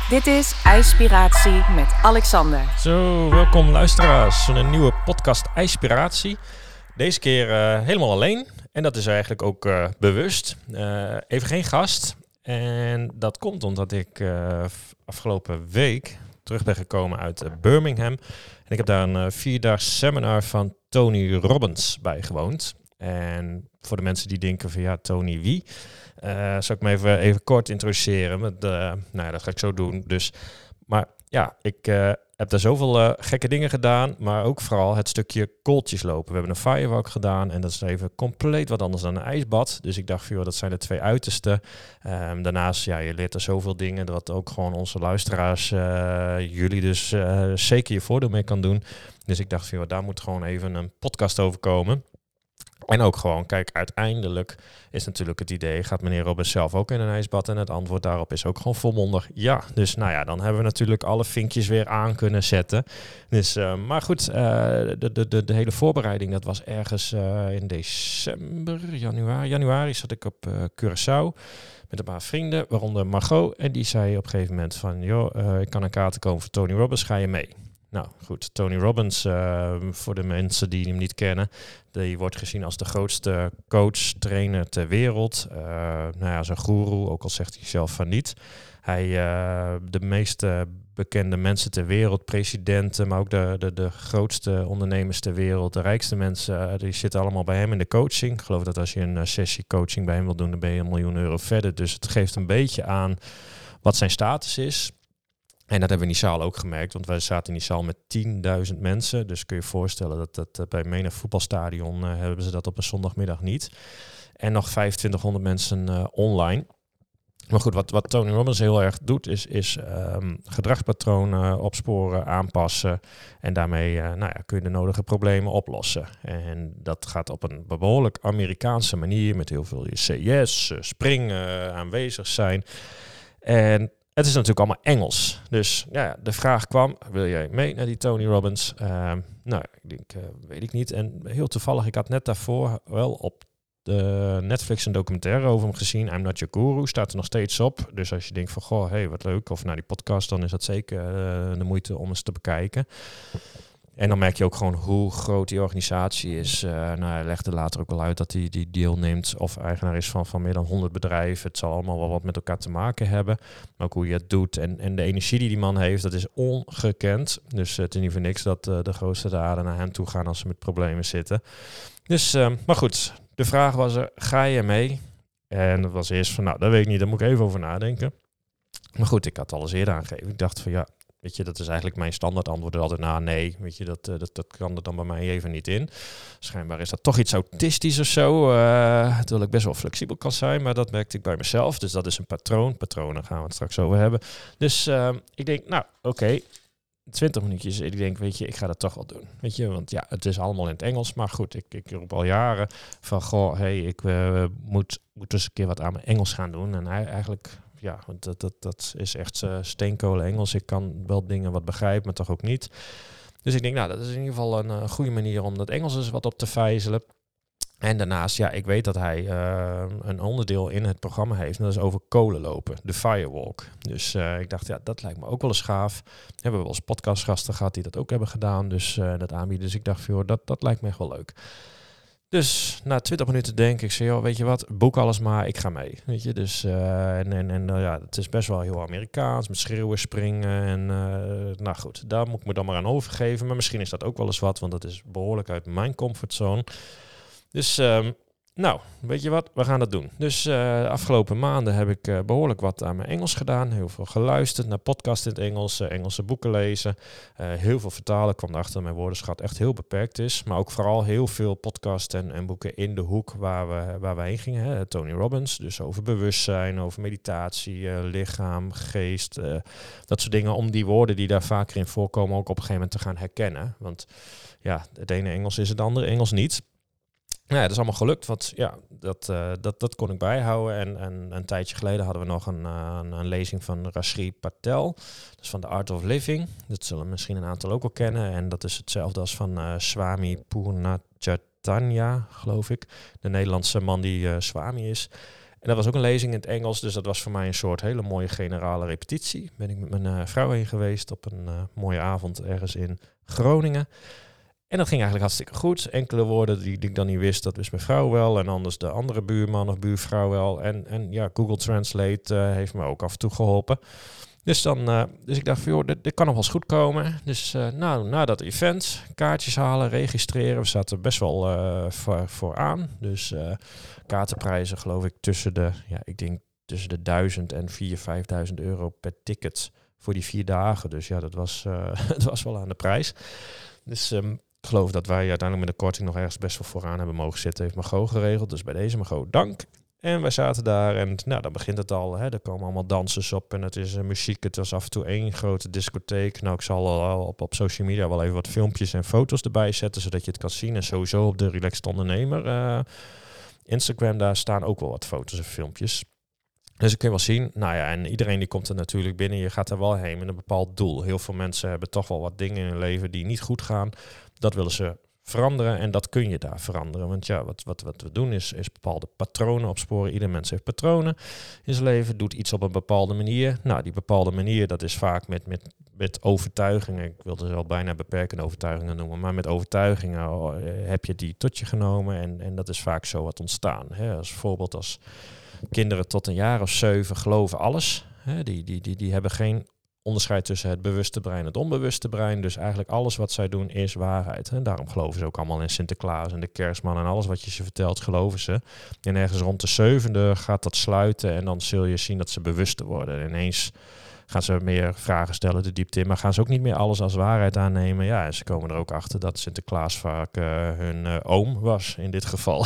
Dit is IJspiratie met Alexander. Zo, welkom luisteraars. Een nieuwe podcast IJspiratie. Deze keer helemaal alleen. En dat is eigenlijk ook bewust. Even geen gast. En dat komt omdat ik afgelopen week terug ben gekomen uit Birmingham. En ik heb daar een 4-daags seminar van Tony Robbins bijgewoond. En voor de mensen die denken van ja, Tony wie? Zal ik me even kort introduceren. Dat ga ik zo doen. Dus, maar ja, ik heb daar zoveel gekke dingen gedaan. Maar ook vooral het stukje kooltjes lopen. We hebben een firewalk gedaan. En dat is even compleet wat anders dan een ijsbad. Dus ik dacht van joh, dat zijn de twee uitersten. Daarnaast, ja, je leert er zoveel dingen. Dat ook gewoon onze luisteraars, jullie dus zeker je voordeel mee kan doen. Dus ik dacht van joh, daar moet gewoon even een podcast over komen. En ook gewoon, kijk, uiteindelijk is natuurlijk het idee, gaat meneer Robbins zelf ook in een ijsbad? En het antwoord daarop is ook gewoon volmondig ja. Dus nou ja, dan hebben we natuurlijk alle vinkjes weer aan kunnen zetten. Dus, maar goed, de hele voorbereiding, dat was ergens in december, januari zat ik op Curaçao met een paar vrienden, waaronder Margot. En die zei op een gegeven moment van, joh, ik kan een kaarten komen voor Tony Robbins, ga je mee? Nou goed, Tony Robbins, voor de mensen die hem niet kennen, die wordt gezien als de grootste coach, trainer ter wereld. Zijn goeroe, ook al zegt hij zelf van niet. Hij, de meest bekende mensen ter wereld, presidenten, maar ook de grootste ondernemers ter wereld, de rijkste mensen, die zitten allemaal bij hem in de coaching. Ik geloof dat als je een sessie coaching bij hem wil doen, dan ben je €1 miljoen verder. Dus het geeft een beetje aan wat zijn status is. En dat hebben we in die zaal ook gemerkt, want wij zaten in die zaal met 10.000 mensen. Dus kun je je voorstellen dat bij menig voetbalstadion hebben ze dat op een zondagmiddag niet. En nog 2500 mensen online. Maar goed, wat Tony Robbins heel erg doet, is gedragspatronen opsporen, aanpassen. En daarmee kun je de nodige problemen oplossen. En dat gaat op een behoorlijk Amerikaanse manier, met heel veel yes, springen, aanwezig zijn. En het is natuurlijk allemaal Engels. Dus ja, de vraag kwam, wil jij mee naar die Tony Robbins? Ik denk, weet ik niet. En heel toevallig, ik had net daarvoor wel op de Netflix een documentaire over hem gezien. I'm Not Your Guru, staat er nog steeds op. Dus als je denkt van, goh, hey, wat leuk. Of naar die podcast, dan is dat zeker de moeite om eens te bekijken. En dan merk je ook gewoon hoe groot die organisatie is. Hij legde later ook wel uit dat hij die deelneemt of eigenaar is van meer dan 100 bedrijven. Het zal allemaal wel wat met elkaar te maken hebben. Maar ook hoe je het doet en de energie die man heeft, dat is ongekend. Dus het is niet voor niks dat de grootste daden naar hem toe gaan als ze met problemen zitten. Dus, maar goed, de vraag was er, ga je mee? En dat was eerst van, nou, dat weet ik niet, daar moet ik even over nadenken. Maar goed, ik had alles eerder aangegeven. Ik dacht van, ja, weet je, dat is eigenlijk mijn standaard antwoord. Altijd nee, weet je, dat kan er dan bij mij even niet in. Schijnbaar is dat toch iets autistisch of zo. Terwijl ik best wel flexibel kan zijn, maar dat merkte ik bij mezelf. Dus dat is een patroon. Patronen gaan we het straks over hebben. Dus ik denk, nou, oké. 20 minuutjes. Ik denk, weet je, ik ga dat toch wel doen. Weet je, want ja, het is allemaal in het Engels. Maar goed, ik roep al jaren van, goh, hey, ik moet dus een keer wat aan mijn Engels gaan doen. En eigenlijk, ja, dat is echt steenkolen Engels. Ik kan wel dingen wat begrijpen, maar toch ook niet. Dus ik denk, nou, dat is in ieder geval een goede manier om dat Engels eens wat op te vijzelen. En daarnaast, ja, ik weet dat hij een onderdeel in het programma heeft. En dat is over kolen lopen, de firewalk. Dus ik dacht, ja, dat lijkt me ook wel eens gaaf. We hebben wel eens podcastgasten gehad die dat ook hebben gedaan. Dus dat aanbieden. Dus ik dacht, joh, dat lijkt me echt wel leuk. Dus na 20 minuten denk ik, joh, weet je wat, boek alles maar, ik ga mee. Weet je, dus het is best wel heel Amerikaans, met schreeuwen, springen. En nou goed, daar moet ik me dan maar aan overgeven. Maar misschien is dat ook wel eens wat, want dat is behoorlijk uit mijn comfortzone. Dus, weet je wat, we gaan dat doen. Dus de afgelopen maanden heb ik behoorlijk wat aan mijn Engels gedaan. Heel veel geluisterd naar podcasts in het Engels, Engelse boeken lezen. Heel veel vertalen. Ik kwam erachter dat mijn woordenschat echt heel beperkt is. Maar ook vooral heel veel podcasts en boeken in de hoek waar we heen gingen. Hè. Tony Robbins, dus over bewustzijn, over meditatie, lichaam, geest. Dat soort dingen, om die woorden die daar vaker in voorkomen ook op een gegeven moment te gaan herkennen. Want ja, het ene Engels is het andere Engels niet. Nou ja, dat is allemaal gelukt, want ja, dat kon ik bijhouden. En een tijdje geleden hadden we nog een lezing van Rashri Patel. Dus van The Art of Living. Dat zullen misschien een aantal ook wel kennen. En dat is hetzelfde als van Swami Purnachatanya, geloof ik. De Nederlandse man die Swami is. En dat was ook een lezing in het Engels, dus dat was voor mij een soort hele mooie generale repetitie. Ben ik met mijn vrouw heen geweest op een mooie avond ergens in Groningen. En dat ging eigenlijk hartstikke goed. Enkele woorden die ik dan niet wist, dat wist mijn vrouw wel. En anders de andere buurman of buurvrouw wel. En ja, Google Translate heeft me ook af en toe geholpen. Dus ik dacht van, joh, dit kan nog wel eens goed komen. Dus na dat event, kaartjes halen, registreren. We zaten best wel vooraan. Dus kaartenprijzen geloof ik tussen de 1000 en 4.000-5.000 euro per ticket voor die 4 dagen. Dus ja, dat was, het was wel aan de prijs. Dus ik geloof dat wij uiteindelijk met de korting nog ergens best wel vooraan hebben mogen zitten. Heeft Margot geregeld, dus bij deze Margot dank. En wij zaten daar en dan begint het al. Hè. Er komen allemaal dansers op en het is muziek. Het was af en toe 1 grote discotheek. Nou, ik zal al op social media wel even wat filmpjes en foto's erbij zetten, zodat je het kan zien. En sowieso op de Relaxed Ondernemer Instagram, daar staan ook wel wat foto's en filmpjes. Dus ik kun wel zien, nou ja, en iedereen die komt er natuurlijk binnen. Je gaat er wel heen met een bepaald doel. Heel veel mensen hebben toch wel wat dingen in hun leven die niet goed gaan. Dat willen ze veranderen en dat kun je daar veranderen. Want ja, wat we doen is bepaalde patronen opsporen. Ieder mens heeft patronen in zijn leven, doet iets op een bepaalde manier. Nou, die bepaalde manier, dat is vaak met overtuigingen. Ik wilde ze wel bijna beperkende overtuigingen noemen. Maar met overtuigingen heb je die tot je genomen. En dat is vaak zo wat ontstaan. Hè. Als voorbeeld, als kinderen tot een jaar of 7 geloven alles. Hè. Die hebben geen onderscheid tussen het bewuste brein en het onbewuste brein. Dus eigenlijk alles wat zij doen is waarheid. En daarom geloven ze ook allemaal in Sinterklaas en de Kerstman en alles wat je ze vertelt, geloven ze. En ergens rond de 7e gaat dat sluiten en dan zul je zien dat ze bewuster worden. En ineens gaan ze meer vragen stellen, de diepte in, maar gaan ze ook niet meer alles als waarheid aannemen. Ja, en ze komen er ook achter dat Sinterklaas vaak hun oom was, in dit geval.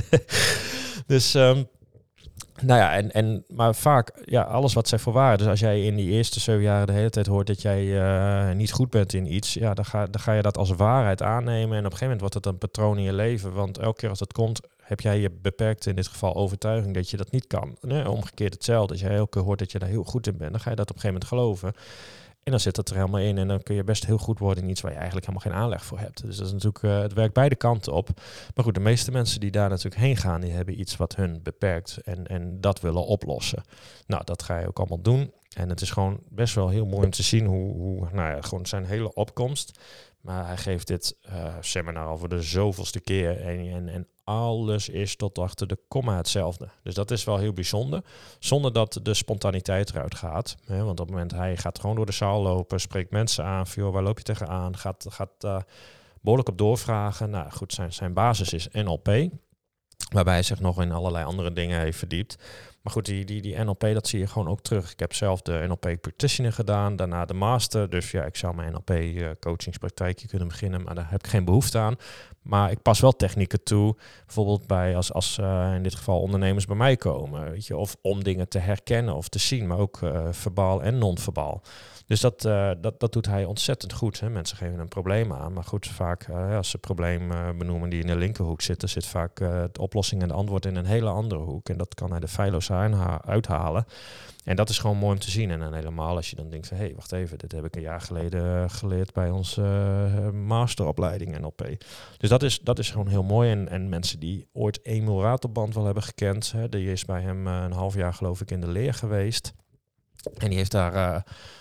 Dus nou ja, maar vaak, ja, alles wat zij voor waar. Dus als jij in die eerste 7 jaar de hele tijd hoort dat jij niet goed bent in iets, ja, dan ga je dat als waarheid aannemen. En op een gegeven moment wordt het een patroon in je leven. Want elke keer als het komt, heb jij je beperkte, in dit geval, overtuiging dat je dat niet kan. Nee, omgekeerd hetzelfde. Als jij elke keer hoort dat je daar heel goed in bent, dan ga je dat op een gegeven moment geloven. En dan zit dat er helemaal in en dan kun je best heel goed worden in iets waar je eigenlijk helemaal geen aanleg voor hebt. Dus dat is natuurlijk, het werkt beide kanten op. Maar goed, de meeste mensen die daar natuurlijk heen gaan, die hebben iets wat hun beperkt en dat willen oplossen. Nou, dat ga je ook allemaal doen. En het is gewoon best wel heel mooi om te zien hoe nou ja, gewoon zijn hele opkomst. Maar hij geeft dit seminar al voor de zoveelste keer. En alles is tot achter de komma hetzelfde. Dus dat is wel heel bijzonder. Zonder dat de spontaniteit eruit gaat. Hè? Want op het moment hij gaat gewoon door de zaal lopen. Spreekt mensen aan. Van, joh, waar loop je tegenaan? Gaat behoorlijk op doorvragen. Nou goed, zijn basis is NLP. Waarbij hij zich nog in allerlei andere dingen heeft verdiept. Maar goed, die NLP, dat zie je gewoon ook terug. Ik heb zelf de NLP Practitioner gedaan, daarna de Master. Dus ja, ik zou mijn NLP coachingspraktijkje kunnen beginnen, maar daar heb ik geen behoefte aan. Maar ik pas wel technieken toe, bijvoorbeeld bij als in dit geval ondernemers bij mij komen. Weet je, of om dingen te herkennen of te zien, maar ook verbaal en non-verbaal. Dus dat doet hij ontzettend goed. Hè. Mensen geven een probleem aan. Maar goed, vaak als ze een probleem benoemen die in de linkerhoek zit vaak de oplossing en de antwoord in een hele andere hoek. En dat kan hij de feilloos uithalen. En dat is gewoon mooi om te zien. En dan helemaal als je dan denkt van, hé, wacht even, dit heb ik een jaar geleden geleerd bij onze masteropleiding NLP. Dus dat is gewoon heel mooi. En mensen die ooit Emil Ratelband wel hebben gekend, die is bij hem een half jaar geloof ik in de leer geweest. En die heeft daar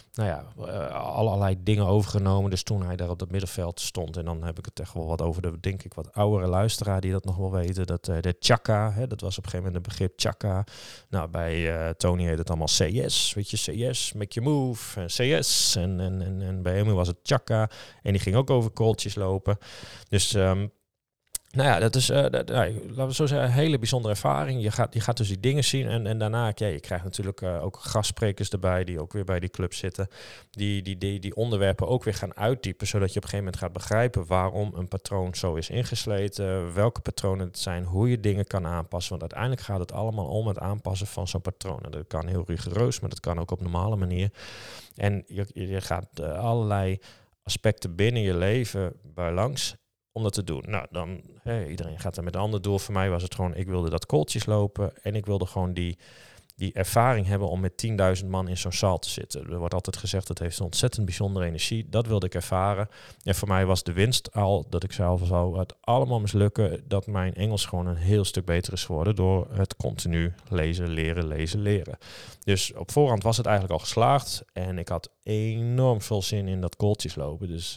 allerlei dingen overgenomen. Dus toen hij daar op het middenveld stond. En dan heb ik het echt wel wat over de, denk ik, wat oudere luisteraar die dat nog wel weten. Dat de chakra, dat was op een gegeven moment het begrip chakra. Nou, bij Tony heet het allemaal CS. Weet je, CS, make your move. En CS. En bij hem was het chakra. En die ging ook over kooltjes lopen. Dus nou ja, dat is, laten we zo zeggen, een hele bijzondere ervaring. Je gaat dus die dingen zien en daarna, je krijgt natuurlijk ook gastsprekers erbij die ook weer bij die club zitten. Die onderwerpen ook weer gaan uitdiepen, zodat je op een gegeven moment gaat begrijpen waarom een patroon zo is ingesleten, welke patronen het zijn, hoe je dingen kan aanpassen. Want uiteindelijk gaat het allemaal om het aanpassen van zo'n patroon. En dat kan heel rigoureus, maar dat kan ook op een normale manier. En je gaat allerlei aspecten binnen je leven bij langs om dat te doen. Nou, dan, iedereen gaat er met een ander doel. Voor mij was het gewoon, ik wilde dat kooltjes lopen en ik wilde gewoon die die ervaring hebben om met 10.000 man in zo'n zaal te zitten. Er wordt altijd gezegd, het heeft een ontzettend bijzondere energie. Dat wilde ik ervaren. En voor mij was de winst al dat ik zelf zou het allemaal mislukken, dat mijn Engels gewoon een heel stuk beter is geworden door het continu lezen, leren. Dus op voorhand was het eigenlijk al geslaagd en ik had enorm veel zin in dat kooltjes lopen. Dus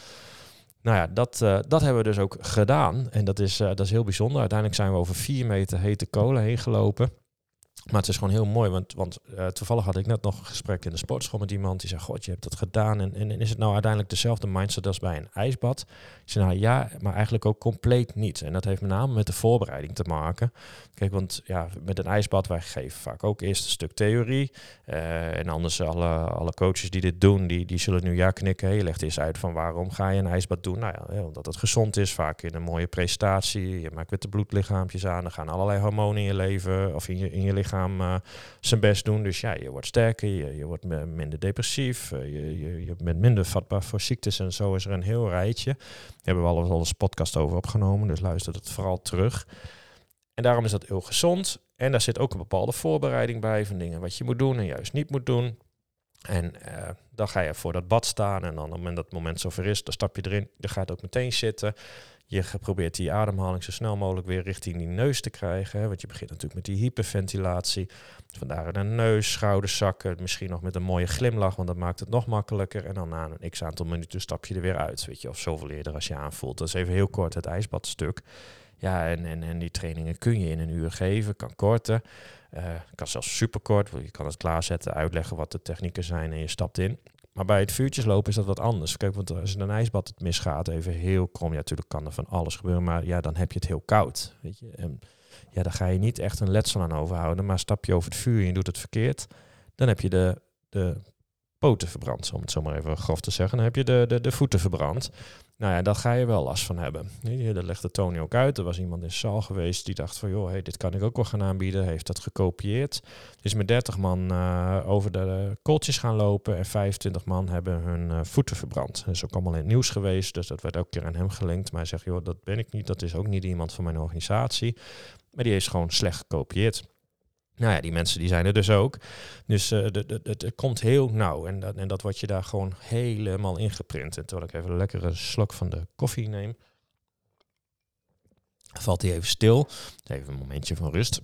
dat hebben we dus ook gedaan. En dat is heel bijzonder. Uiteindelijk zijn we over 4 meter hete kolen heen gelopen. Maar het is gewoon heel mooi, want toevallig had ik net nog een gesprek in de sportschool met iemand die zei, god, je hebt dat gedaan. En is het nou uiteindelijk dezelfde mindset als bij een ijsbad? Ik zei, nou ja, maar eigenlijk ook compleet niet. En dat heeft met name met de voorbereiding te maken. Kijk, want ja, met een ijsbad, wij geven vaak ook eerst een stuk theorie. En anders alle coaches die dit doen, die zullen nu ja knikken. Je legt eerst uit van waarom ga je een ijsbad doen? Nou ja, omdat het gezond is, vaak in een mooie prestatie. Je maakt witte bloedlichaampjes aan, er gaan allerlei hormonen in je leven of in je lichaam zijn best doen. Dus ja, je wordt sterker, je wordt minder depressief, je bent minder vatbaar voor ziektes en zo is er een heel rijtje. Daar hebben we al eens podcast over opgenomen, dus luister het vooral terug. En daarom is dat heel gezond. En daar zit ook een bepaalde voorbereiding bij van dingen wat je moet doen en juist niet moet doen. En dan ga je voor dat bad staan en dan op dat moment zover is, dan stap je erin, dan ga je ook meteen zitten. Je probeert die ademhaling zo snel mogelijk weer richting die neus te krijgen. Hè, want je begint natuurlijk met die hyperventilatie. Vandaar naar de neus, schouders zakken. Misschien nog met een mooie glimlach, want dat maakt het nog makkelijker. En dan na een x-aantal minuten stap je er weer uit. Weet je, of zoveel eerder als je aanvoelt. Dat is even heel kort het ijsbadstuk. Ja, en die trainingen kun je in een uur geven. Kan korter. Kan zelfs superkort. Je kan het klaarzetten, uitleggen wat de technieken zijn en je stapt in. Maar bij het vuurtjeslopen is dat wat anders. Kijk, want als in een ijsbad het misgaat, even heel krom. Ja, natuurlijk kan er van alles gebeuren, maar ja, dan heb je het heel koud. Weet je? En ja, daar ga je niet echt een letsel aan overhouden. Maar stap je over het vuur en je doet het verkeerd, dan heb je de poten verbrand, om het zo maar even grof te zeggen. Dan heb je de voeten verbrand. Nou ja, daar ga je wel last van hebben. Dat legde Tony ook uit. Er was iemand in de zaal geweest die dacht van, joh, hey, dit kan ik ook wel gaan aanbieden. Heeft dat gekopieerd. Is met 30 man over de kooltjes gaan lopen en 25 man hebben hun voeten verbrand. Dat is ook allemaal in het nieuws geweest, dus dat werd ook een keer aan hem gelinkt. Maar hij zegt, joh, dat ben ik niet, dat is ook niet iemand van mijn organisatie. Maar die is gewoon slecht gekopieerd. Nou ja, die mensen die zijn er dus ook. Dus het komt heel nauw. En dat wordt je daar gewoon helemaal ingeprint. En terwijl ik even een lekkere slok van de koffie neem, valt hij even stil. Even een momentje van rust.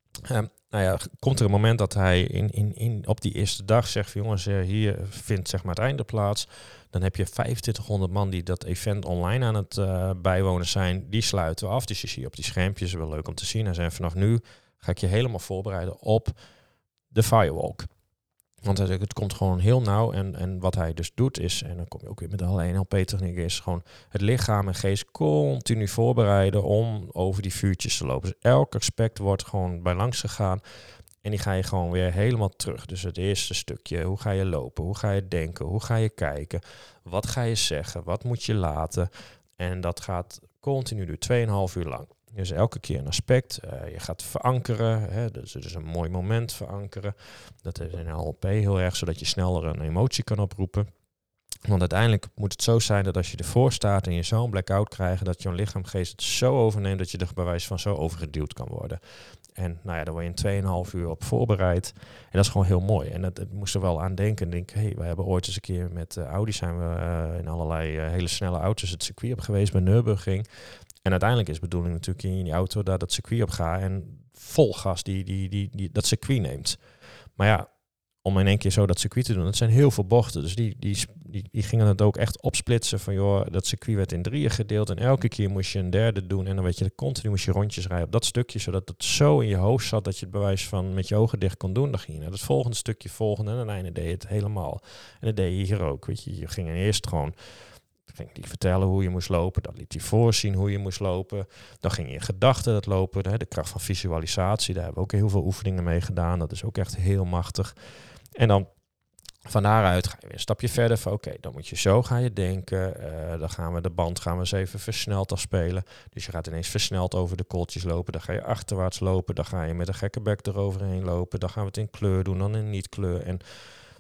Nou ja, komt er een moment dat hij op die eerste dag zegt van, jongens, hier vindt zeg maar het einde plaats. Dan heb je 2500 man die dat event online aan het bijwonen zijn. Die sluiten we af. Dus je ziet op die schermpjes, wel leuk om te zien. En zijn vanaf nu ga ik je helemaal voorbereiden op de firewalk. Want het komt gewoon heel nauw. En wat hij dus doet is, en dan kom je ook weer met allerlei NLP-technieken, is gewoon het lichaam en geest continu voorbereiden om over die vuurtjes te lopen. Dus elk aspect wordt gewoon bij langs gegaan. En die ga je gewoon weer helemaal terug. Dus het eerste stukje, hoe ga je lopen? Hoe ga je denken? Hoe ga je kijken? Wat ga je zeggen? Wat moet je laten? En dat gaat continu door 2,5 uur lang. Dus elke keer een aspect. Je gaat verankeren. Hè, dus het is een mooi moment verankeren. Dat is in NLP heel erg, zodat je sneller een emotie kan oproepen. Want uiteindelijk moet het zo zijn dat als je ervoor staat en je zo'n blackout krijgt, dat jouw lichaamgeest het zo overneemt dat je er bij wijze van zo overgeduwd kan worden. En nou ja, daar word je in 2,5 uur op voorbereid. En dat is gewoon heel mooi. En het moest er wel aan denken. Denk, hey, wij hebben ooit eens een keer met Audi zijn we in allerlei hele snelle auto's het circuit op geweest bij Nürburgring. En uiteindelijk is de bedoeling natuurlijk in die auto daar dat circuit op gaat en vol gas die dat circuit neemt. Maar ja, om in één keer zo dat circuit te doen, het zijn heel veel bochten. Dus die gingen het ook echt opsplitsen van, joh, dat circuit werd in 3 gedeeld en elke keer moest je een derde doen en dan weet je, continu moest je rondjes rijden op dat stukje, zodat het zo in je hoofd zat dat je het bewijs van met je ogen dicht kon doen. Dan ging je naar het volgende stukje volgende en aan het einde deed je het helemaal. En dat deed je hier ook, weet je. Je ging eerst gewoon, ging die vertellen hoe je moest lopen, dan liet hij voorzien hoe je moest lopen. Dan ging je in gedachten dat lopen, de kracht van visualisatie, daar hebben we ook heel veel oefeningen mee gedaan. Dat is ook echt heel machtig. En dan van daaruit ga je weer een stapje verder van oké, dan moet je zo gaan je denken. Dan gaan we de band eens even versneld afspelen. Dus je gaat ineens versneld over de kooltjes lopen. Dan ga je achterwaarts lopen. Dan ga je met een gekke bek eroverheen lopen. Dan gaan we het in kleur doen, dan in niet kleur. En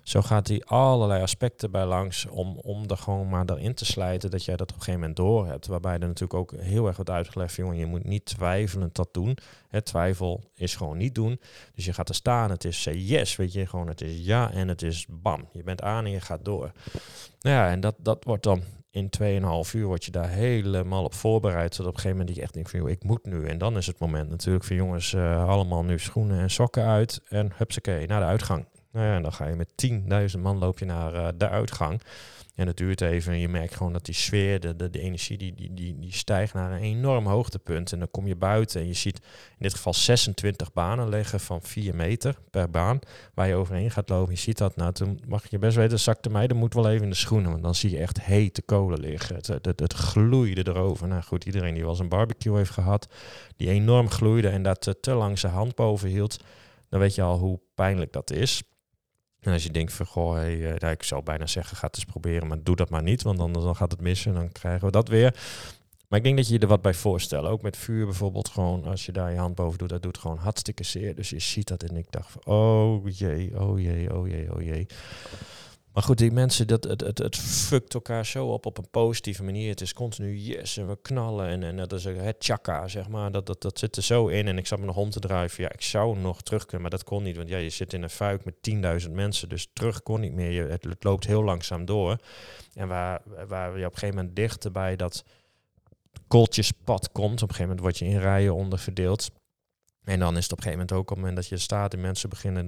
Zo gaat hij allerlei aspecten bij langs om er gewoon maar erin te slijten dat jij dat op een gegeven moment door hebt. Waarbij er natuurlijk ook heel erg wordt uitgelegd, jongen, je moet niet twijfelend dat doen. Twijfel is gewoon niet doen. Dus je gaat er staan, het is say yes, weet je, gewoon het is ja en het is bam. Je bent aan en je gaat door. Nou ja, en dat wordt dan in 2,5 uur word je daar helemaal op voorbereid. Zodat op een gegeven moment je echt denkt van, joh, ik moet nu. En dan is het moment natuurlijk van, jongens, allemaal nu schoenen en sokken uit. En hupsakee, naar de uitgang. Nou ja, en dan ga je met 10.000 man loop je naar de uitgang. En dat duurt even en je merkt gewoon dat die sfeer, de energie, die stijgt naar een enorm hoogtepunt. En dan kom je buiten en je ziet in dit geval 26 banen liggen van 4 meter per baan, waar je overheen gaat lopen. Je ziet dat, nou, toen mag je best weten, zakte mij, dan moet wel even in de schoenen, want dan zie je echt hete kolen liggen. Het gloeide erover. Nou goed, iedereen die wel eens een barbecue heeft gehad, die enorm gloeide en dat te lang zijn hand boven hield, dan weet je al hoe pijnlijk dat is. En als je denkt van, goh, ik zou bijna zeggen, ga het eens proberen, maar doe dat maar niet, want dan gaat het mis en dan krijgen we dat weer. Maar ik denk dat je je er wat bij voorstelt. Ook met vuur bijvoorbeeld, gewoon als je daar je hand boven doet, dat doet gewoon hartstikke zeer. Dus je ziet dat en ik dacht van, oh jee, oh jee, oh jee, oh jee. Maar goed, die mensen, het fuckt elkaar zo op een positieve manier. Het is continu yes en we knallen en dat is het chakka, zeg maar. Dat zit er zo in en ik zat me nog om te draaien. Ja, ik zou nog terug kunnen, maar dat kon niet. Want ja, je zit in een fuik met 10.000 mensen, dus terug kon niet meer. Het loopt heel langzaam door. En waar je op een gegeven moment dichter bij dat kooltjespad komt. Op een gegeven moment word je in rijen onderverdeeld. En dan is het op een gegeven moment ook op het moment dat je staat en mensen beginnen,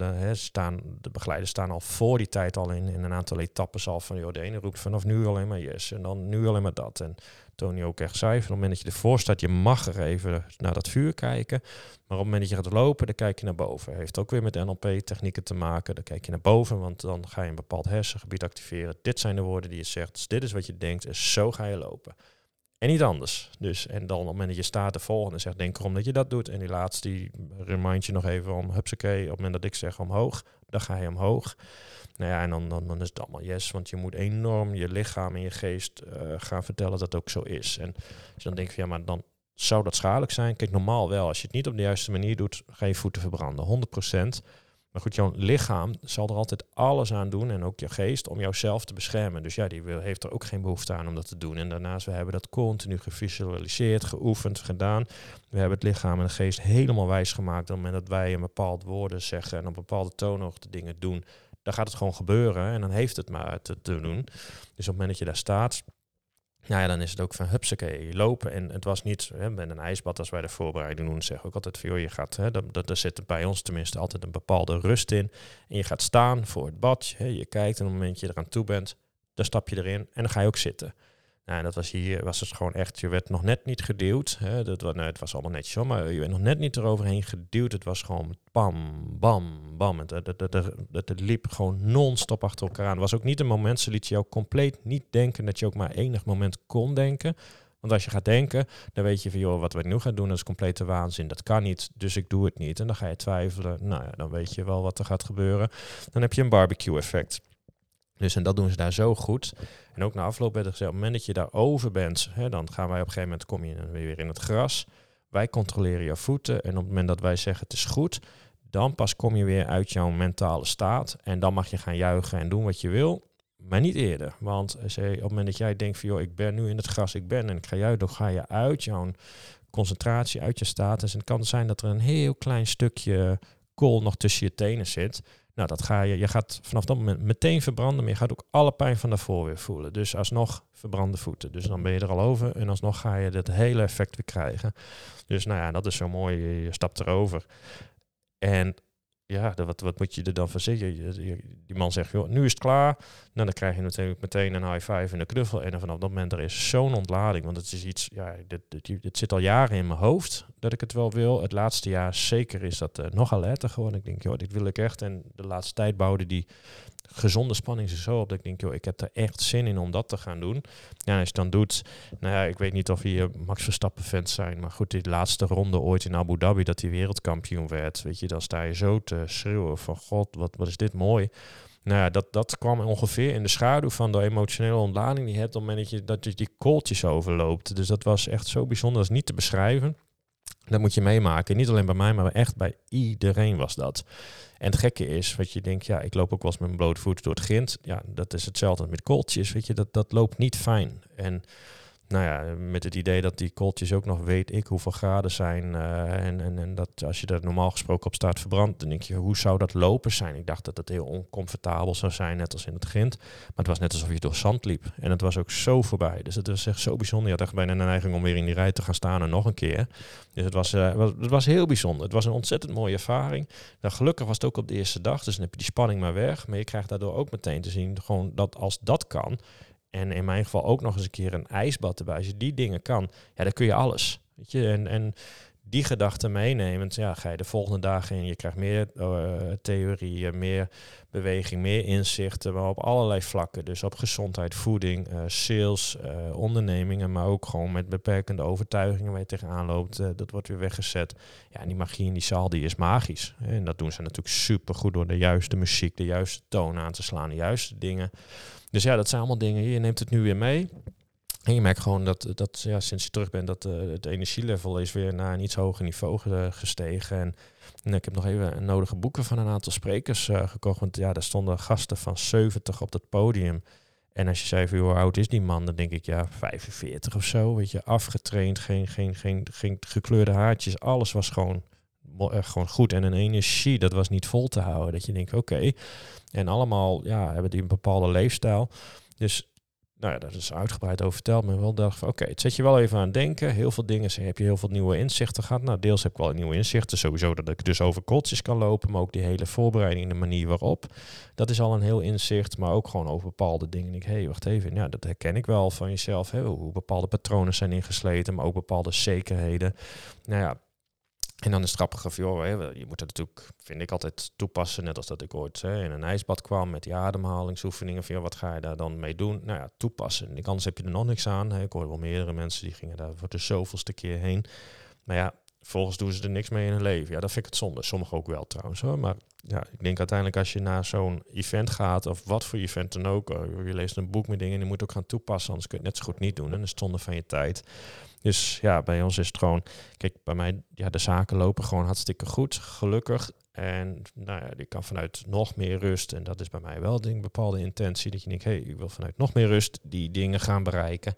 de begeleiders staan al voor die tijd al in een aantal etappes al van, joh, de ene roept vanaf nu alleen maar yes en dan nu alleen maar dat. En Tony ook echt zei, van op het moment dat je ervoor staat, je mag er even naar dat vuur kijken, maar op het moment dat je gaat lopen, dan kijk je naar boven. Heeft ook weer met NLP-technieken te maken, dan kijk je naar boven, want dan ga je een bepaald hersengebied activeren. Dit zijn de woorden die je zegt, dus dit is wat je denkt en zo ga je lopen. En niet anders. Dus, en dan op het moment dat je staat, de volgende zegt, denk erom dat je dat doet. En die laatste, die remind je nog even om, hupsakee, op het moment dat ik zeg omhoog, dan ga je omhoog. Nou ja, en dan is het allemaal yes, want je moet enorm je lichaam en je geest gaan vertellen dat het ook zo is. En dus dan denk je, ja, maar dan zou dat schadelijk zijn. Kijk, normaal wel. Als je het niet op de juiste manier doet, ga je voeten verbranden, 100%. Maar goed, jouw lichaam zal er altijd alles aan doen en ook je geest om jouzelf te beschermen. Dus ja, heeft er ook geen behoefte aan om dat te doen. En daarnaast, we hebben dat continu gevisualiseerd, geoefend, gedaan. We hebben het lichaam en de geest helemaal wijs gemaakt. Op het moment dat wij een bepaald woorden zeggen en op een bepaalde toonhoogte dingen doen, dan gaat het gewoon gebeuren en dan heeft het maar te doen. Dus op het moment dat je daar staat, nou ja, dan is het ook van hupsakee, lopen. En het was niet, met een ijsbad als wij de voorbereiding doen, zeg ik ook altijd van, joh, je gaat, daar zit bij ons tenminste altijd een bepaalde rust in. En je gaat staan voor het bad, je kijkt en op het moment dat je eraan toe bent, dan stap je erin en dan ga je ook zitten. Nou, dat was hier, was het gewoon echt, je werd nog net niet geduwd. Het was allemaal netjes, maar je werd nog net niet eroverheen geduwd. Het was gewoon bam, bam, bam. Het liep gewoon non-stop achter elkaar aan. Het was ook niet een moment, ze liet je ook compleet niet denken dat je ook maar enig moment kon denken. Want als je gaat denken, dan weet je van, joh, wat we nu gaan doen, dat is complete waanzin. Dat kan niet, dus ik doe het niet. En dan ga je twijfelen. Nou ja, dan weet je wel wat er gaat gebeuren. Dan heb je een barbecue-effect. Dus en dat doen ze daar zo goed. En ook na afloop werd er gezegd, op het moment dat je daar over bent, dan gaan wij op een gegeven moment, kom je weer in het gras. Wij controleren jouw voeten. En op het moment dat wij zeggen het is goed, dan pas kom je weer uit jouw mentale staat. En dan mag je gaan juichen en doen wat je wil. Maar niet eerder. Want op het moment dat jij denkt van, joh, ik ben nu in het gras, en ik ga juichen, dan ga je uit jouw concentratie, uit je status. En het kan zijn dat er een heel klein stukje kool nog tussen je tenen zit. Nou, dat je gaat vanaf dat moment meteen verbranden, maar je gaat ook alle pijn van daarvoor weer voelen. Dus alsnog verbrande voeten. Dus dan ben je er al over en alsnog ga je het hele effect weer krijgen. Dus nou ja, dat is zo mooi. Je stapt erover. En ja, wat moet je er dan van zeggen? Die man zegt, joh, nu is het klaar. Nou, dan krijg je natuurlijk meteen een high five en een knuffel. En vanaf dat moment, er is zo'n ontlading. Want het is iets, ja, dit zit al jaren in mijn hoofd dat ik het wel wil. Het laatste jaar zeker is dat nog alerter geworden. Ik denk, joh, dit wil ik echt. En de laatste tijd bouwde die gezonde spanning zich zo op dat ik denk, joh, ik heb er echt zin in om dat te gaan doen. Ja, en als je het dan doet, nou ja, ik weet niet of hier Max Verstappen fans zijn, maar goed, die laatste ronde ooit in Abu Dhabi, dat hij wereldkampioen werd, weet je, dan sta je zo te schreeuwen van, god, wat is dit mooi. Nou ja, dat kwam ongeveer in de schaduw van de emotionele ontlading die je hebt op het moment dat je die kooltjes overloopt. Dus dat was echt zo bijzonder, dat is niet te beschrijven. Dat moet je meemaken. Niet alleen bij mij, maar echt bij iedereen was dat. En het gekke is, wat je denkt, ik loop ook wel eens met mijn blote voeten door het grind. Ja, dat is hetzelfde met kooltjes, weet je, dat loopt niet fijn. En met het idee dat die kooltjes ook nog weet ik hoeveel graden zijn. En dat als je er normaal gesproken op staat verbrandt, dan denk je, hoe zou dat lopen zijn? Ik dacht dat het heel oncomfortabel zou zijn, net als in het grind. Maar het was net alsof je door zand liep. En het was ook zo voorbij. Dus het was echt zo bijzonder. Je had echt bijna een neiging om weer in die rij te gaan staan en nog een keer. Dus het was heel bijzonder. Het was een ontzettend mooie ervaring. Nou, gelukkig was het ook op de eerste dag, dus dan heb je die spanning maar weg. Maar je krijgt daardoor ook meteen te zien, gewoon dat als dat kan, en in mijn geval ook nog eens een keer een ijsbad erbij. Als je die dingen kan, dan kun je alles. Weet je? En die gedachten meenemend, ga je de volgende dagen in. Je krijgt meer theorieën, meer beweging, meer inzichten, maar op allerlei vlakken. Dus op gezondheid, voeding, sales, ondernemingen, maar ook gewoon met beperkende overtuigingen waar je tegenaan loopt. Dat wordt weer weggezet. Ja, en die magie in die zaal, die is magisch. En dat doen ze natuurlijk supergoed door de juiste muziek, de juiste toon aan te slaan, de juiste dingen. Dus dat zijn allemaal dingen. Je neemt het nu weer mee. En je merkt gewoon dat sinds je terug bent, dat het energielevel is weer naar een iets hoger niveau gestegen. En ik heb nog even nodige boeken van een aantal sprekers gekocht. Want daar stonden gasten van 70 op dat podium. En als je zei, hoe oud is die man? Dan denk ik, 45 of zo. Weet je, afgetraind, geen gekleurde haartjes. Alles was gewoon goed. En een energie, dat was niet vol te houden. Dat je denkt, oké. En allemaal hebben die een bepaalde leefstijl. Dus dat is uitgebreid over verteld. Maar wel dacht van, het zet je wel even aan het denken. Heel veel dingen, heb je heel veel nieuwe inzichten gehad. Nou, deels heb ik wel nieuwe inzichten. Sowieso dat ik dus over kooltjes kan lopen. Maar ook die hele voorbereiding, de manier waarop. Dat is al een heel inzicht. Maar ook gewoon over bepaalde dingen. Ik denk, wacht even. Ja, dat herken ik wel van jezelf. Hoe bepaalde patronen zijn ingesleten. Maar ook bepaalde zekerheden. En dan is het grappig of je moet het natuurlijk, vind ik, altijd toepassen. Net als dat ik ooit in een ijsbad kwam met die ademhalingsoefeningen. Van, wat ga je daar dan mee doen? Toepassen. Anders heb je er nog niks aan. Ik hoorde wel meerdere mensen die gingen daar voor de zoveelste keer heen. Maar vervolgens doen ze er niks mee in hun leven. Ja, dat vind ik het zonde. Sommigen ook wel trouwens hoor. Maar ik denk uiteindelijk als je naar zo'n event gaat, of wat voor event dan ook, je leest een boek met dingen en je moet ook gaan toepassen, anders kun je het net zo goed niet doen. En dat is zonde van je tijd. Dus bij ons is het gewoon, kijk, bij mij, de zaken lopen gewoon hartstikke goed, gelukkig. En die kan vanuit nog meer rust, en dat is bij mij wel een bepaalde intentie, dat je denkt, ik wil vanuit nog meer rust die dingen gaan bereiken.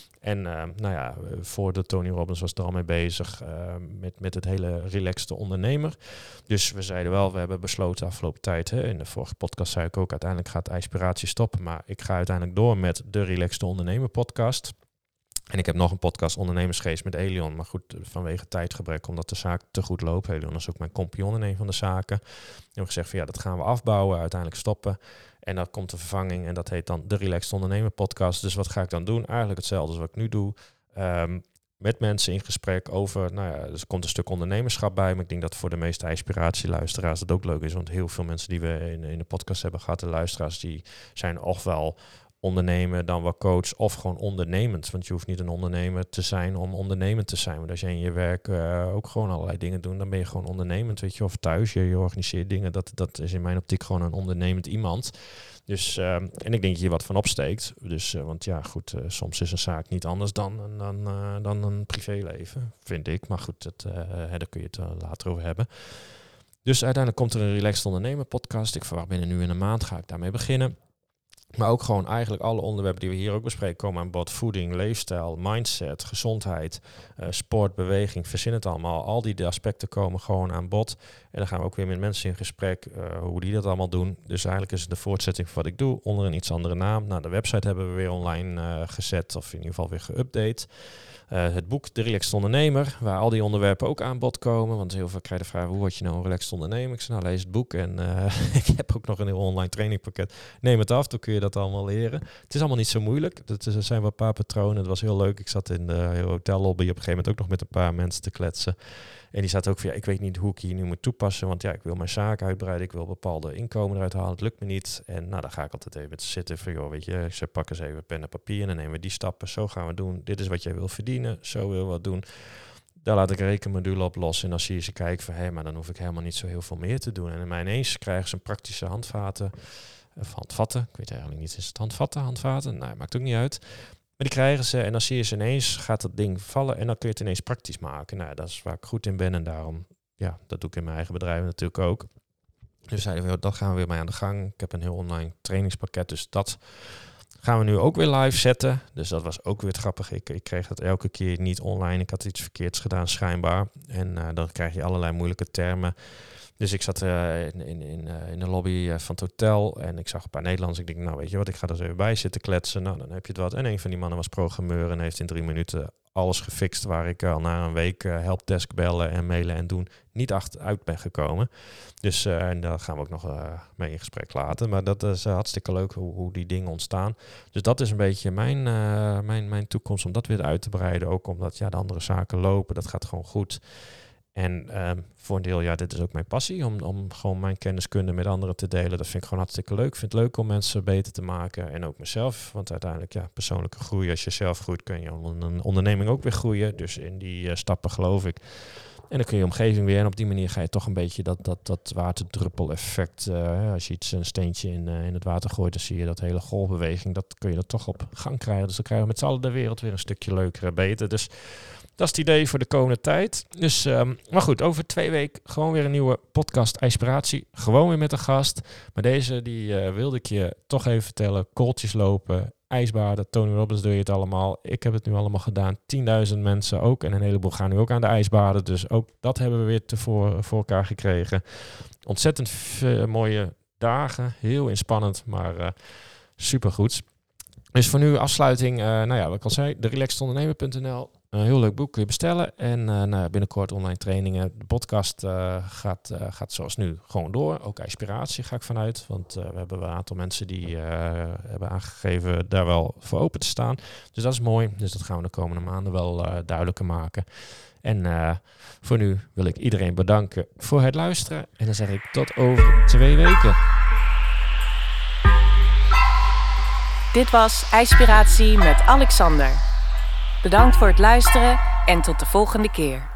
En voor de Tony Robbins was er al mee bezig met het hele relaxte ondernemer. Dus we zeiden wel, we hebben besloten afgelopen tijd, in de vorige podcast zei ik ook, uiteindelijk gaat Inspiratie stoppen. Maar ik ga uiteindelijk door met de Relaxte Ondernemer podcast. En ik heb nog een podcast, Ondernemersgeest met Elion. Maar goed, vanwege tijdgebrek, omdat de zaak te goed loopt. Elion is ook mijn compagnon in een van de zaken. En we hebben gezegd van dat gaan we afbouwen, uiteindelijk stoppen. En dan komt de vervanging en dat heet dan de Relaxed Ondernemer podcast. Dus wat ga ik dan doen? Eigenlijk hetzelfde als wat ik nu doe. Met mensen in gesprek over, dus er komt een stuk ondernemerschap bij. Maar ik denk dat voor de meeste inspiratieluisteraars dat ook leuk is. Want heel veel mensen die we in de podcast hebben gehad, de luisteraars, die zijn ofwel ondernemen, dan wel coach of gewoon ondernemend. Want je hoeft niet een ondernemer te zijn om ondernemend te zijn. Want als je in je werk ook gewoon allerlei dingen doet, dan ben je gewoon ondernemend, weet je. Of thuis, je organiseert dingen. Dat is in mijn optiek gewoon een ondernemend iemand. Dus, en ik denk dat je hier wat van opsteekt. Dus, want soms is een zaak niet anders dan een privéleven, vind ik. Maar goed, daar kun je het later over hebben. Dus uiteindelijk komt er een Relaxed Ondernemer podcast. Ik verwacht binnen nu in een maand ga ik daarmee beginnen. Maar ook gewoon eigenlijk alle onderwerpen die we hier ook bespreken komen aan bod. Voeding, leefstijl, mindset, gezondheid, sport, beweging, verzin het allemaal. Al die aspecten komen gewoon aan bod. En dan gaan we ook weer met mensen in gesprek hoe die dat allemaal doen. Dus eigenlijk is het de voortzetting van wat ik doe onder een iets andere naam. De website hebben we weer online gezet of in ieder geval weer geüpdate. Het boek De Relaxed Ondernemer, waar al die onderwerpen ook aan bod komen. Want heel veel krijgen de vraag, hoe word je nou een relaxed ondernemer? Ik zei, lees het boek. En ik heb ook nog een heel online trainingpakket. Neem het af, dan kun je dat allemaal leren. Het is allemaal niet zo moeilijk. Er zijn wel een paar patronen. Het was heel leuk. Ik zat in de hotellobby op een gegeven moment ook nog met een paar mensen te kletsen. En die zaten ook van, ik weet niet hoe ik hier nu moet toepassen. Want ik wil mijn zaak uitbreiden. Ik wil bepaalde inkomen eruit halen. Het lukt me niet. En dan ga ik altijd even met zitten van, weet je, ik zeg, pak eens even pen en papier. En dan nemen we die stappen. Zo gaan we doen. Dit is wat jij wil verdienen. Zo wil wat doen. Daar laat ik een rekenmodule op los. En dan zie je ze kijken van, maar dan hoef ik helemaal niet zo heel veel meer te doen. En ineens krijgen ze een praktische handvaten. Of handvatten. Ik weet eigenlijk niet, is het handvatten? Nee, maakt ook niet uit. Maar die krijgen ze en dan zie je ze ineens, gaat dat ding vallen en dan kun je het ineens praktisch maken. Nou, dat is waar ik goed in ben en daarom, ja, dat doe ik in mijn eigen bedrijf natuurlijk ook. Dus zeiden we, dat gaan we weer mee aan de gang. Ik heb een heel online trainingspakket, dus dat gaan we nu ook weer live zetten. Dus dat was ook weer grappig. Ik kreeg dat elke keer niet online. Ik had iets verkeerds gedaan schijnbaar. En dan krijg je allerlei moeilijke termen. Dus ik zat in de lobby van het hotel en ik zag een paar Nederlanders. Ik denk, nou weet je wat, ik ga er even bij zitten kletsen. Nou, dan heb je het wat. En een van die mannen was programmeur en heeft in 3 minuten alles gefixt waar ik al na een week helpdesk bellen en mailen en doen niet uit ben gekomen. Dus en daar gaan we ook nog mee in gesprek laten. Maar dat is hartstikke leuk hoe die dingen ontstaan. Dus dat is een beetje mijn toekomst om dat weer uit te breiden. Ook omdat de andere zaken lopen, dat gaat gewoon goed. En voor een deel, dit is ook mijn passie, om gewoon mijn kenniskunde met anderen te delen. Dat vind ik gewoon hartstikke leuk. Ik vind het leuk om mensen beter te maken en ook mezelf. Want uiteindelijk, persoonlijke groei. Als je zelf groeit, kun je een onderneming ook weer groeien. Dus in die stappen geloof ik. En dan kun je omgeving weer. En op die manier ga je toch een beetje dat waterdruppel-effect. Als je een steentje in het water gooit, dan zie je dat hele golfbeweging. Dat kun je er toch op gang krijgen. Dus dan krijgen we met z'n allen de wereld weer een stukje leuker en beter. Dus dat is het idee voor de komende tijd. Dus, maar goed, over 2 weken gewoon weer een nieuwe podcast Inspiratie. Gewoon weer met een gast. Maar deze, die wilde ik je toch even vertellen. Kooltjes lopen, ijsbaden, Tony Robbins doe je het allemaal. Ik heb het nu allemaal gedaan. 10.000 mensen ook. En een heleboel gaan nu ook aan de ijsbaden. Dus ook dat hebben we weer voor elkaar gekregen. Ontzettend mooie dagen. Heel inspannend, maar supergoed. Dus voor nu afsluiting. Wat ik al zei, relaxedondernemer.nl. Een heel leuk boek kun je bestellen. En binnenkort online trainingen. De podcast gaat zoals nu gewoon door. Ook Inspiratie ga ik vanuit. Want we hebben een aantal mensen die hebben aangegeven daar wel voor open te staan. Dus dat is mooi. Dus dat gaan we de komende maanden wel duidelijker maken. En voor nu wil ik iedereen bedanken voor het luisteren. En dan zeg ik tot over 2 weken. Dit was Inspiratie met Alexander. Bedankt voor het luisteren en tot de volgende keer.